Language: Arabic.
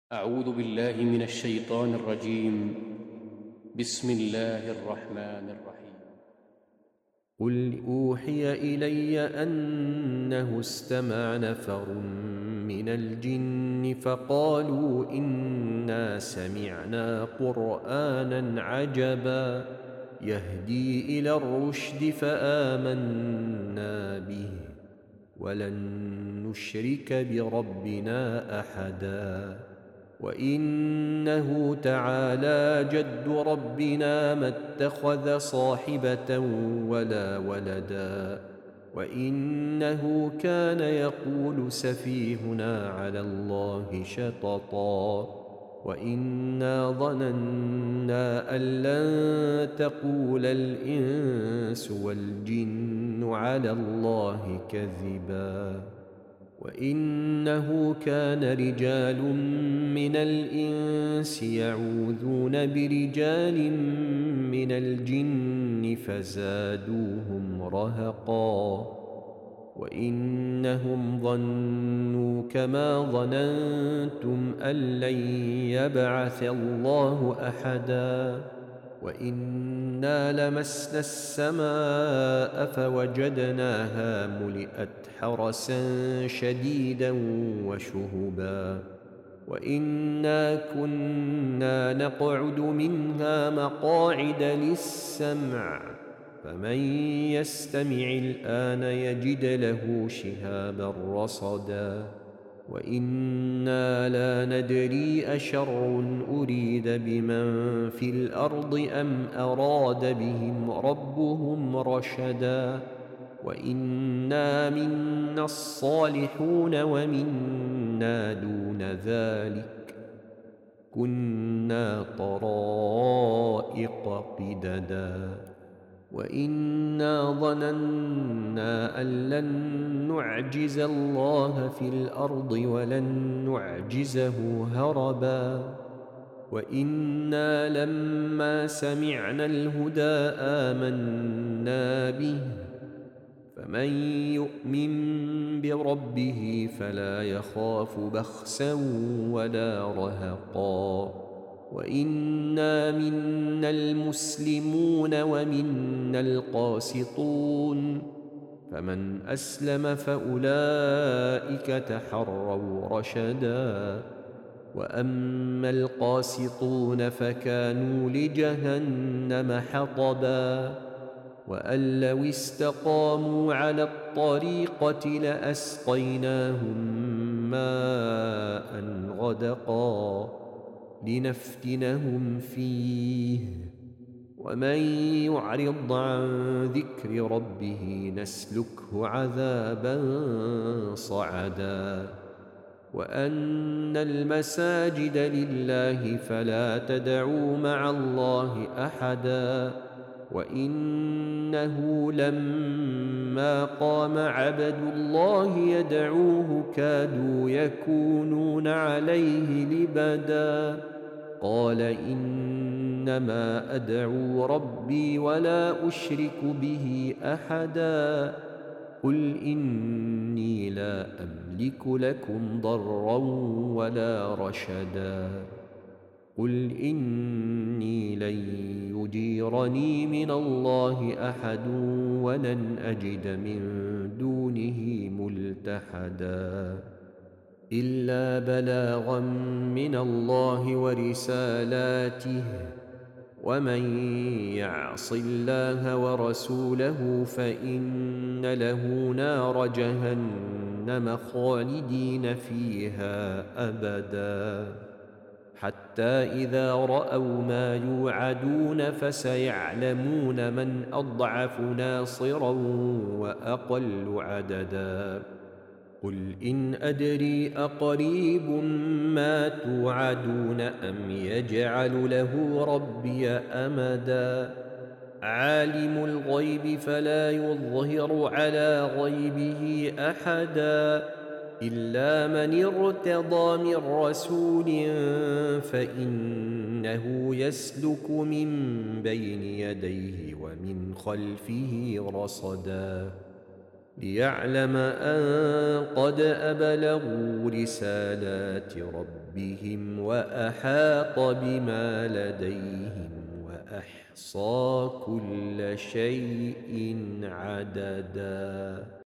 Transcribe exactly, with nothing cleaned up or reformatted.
أعوذ بالله من الشيطان الرجيم. بسم الله الرحمن الرحيم. قل أوحي إلي أنه استمع نفر من الجن فقالوا إنا سمعنا قرآنا عجبا يهدي إلى الرشد فآمنا به ولن نشرك بربنا أحدا وإنه تعالى جد ربنا ما اتخذ صاحبة ولا ولدا وإنه كان يقول سفيهنا على الله شططا وإنا ظننا أن لن تقول الإنس والجن على الله كذبا وإنه كان رجال من الإنس يعوذون برجال من الجن فزادوهم رهقا وإنهم ظنوا كما ظننتم أن لن يبعث الله أحدا وإنا لمسنا السماء فوجدناها ملئت حرسا شديدا وشهبا وإنا كنا نقعد منها مقاعد للسمع فمن يستمع الآن يجد له شهابا رصدا وإنا لا ندري أشر أريد بمن في الأرض أم أراد بهم ربهم رشدا وإنا منا الصالحون ومنا دون ذلك كنا طرائق قددا وإنا ظننا أن لن نعجز الله في الأرض ولن نعجزه هربا وإنا لما سمعنا الهدى آمنا به فمن يؤمن بربه فلا يخاف بخسا ولا رهقا وإنا منا المسلمون ومنا القاسطون فمن أسلم فأولئك تحروا رشدا وأما القاسطون فكانوا لجهنم حطبا وأن لو استقاموا على الطريقة لأسقيناهم ماء غدقا لنفتنهم فيه ومن يعرض عن ذكر ربه نسلكه عذابا صعدا وأن المساجد لله فلا تدعوا مع الله أحدا وإنه لما قام عبد الله يدعوه كادوا يكونون عليه لبدا قال إنما أدعو ربي ولا أشرك به أحدا قل إني لا أملك لكم ضرا ولا رشدا قل إني لن يجيرني من الله أحد ولن أجد من دونه ملتحدا إلا بلاغا من الله ورسالاته ومن يعص الله ورسوله فإن له نار جهنم خالدين فيها أبدا حتى إذا رأوا ما يوعدون فسيعلمون من أضعف ناصرا وأقل عددا قل إن أدري أقريب ما توعدون أم يجعل له ربي أمدا عالم الغيب فلا يظهر على غيبه أحدا إلا من ارتضى من رسول فإنه يسلك من بين يديه ومن خلفه رصدا ليعلم أن قد أبلغوا رسالات ربهم ربهم وأحاط بما لديهم وأحصى كل شيء عددا.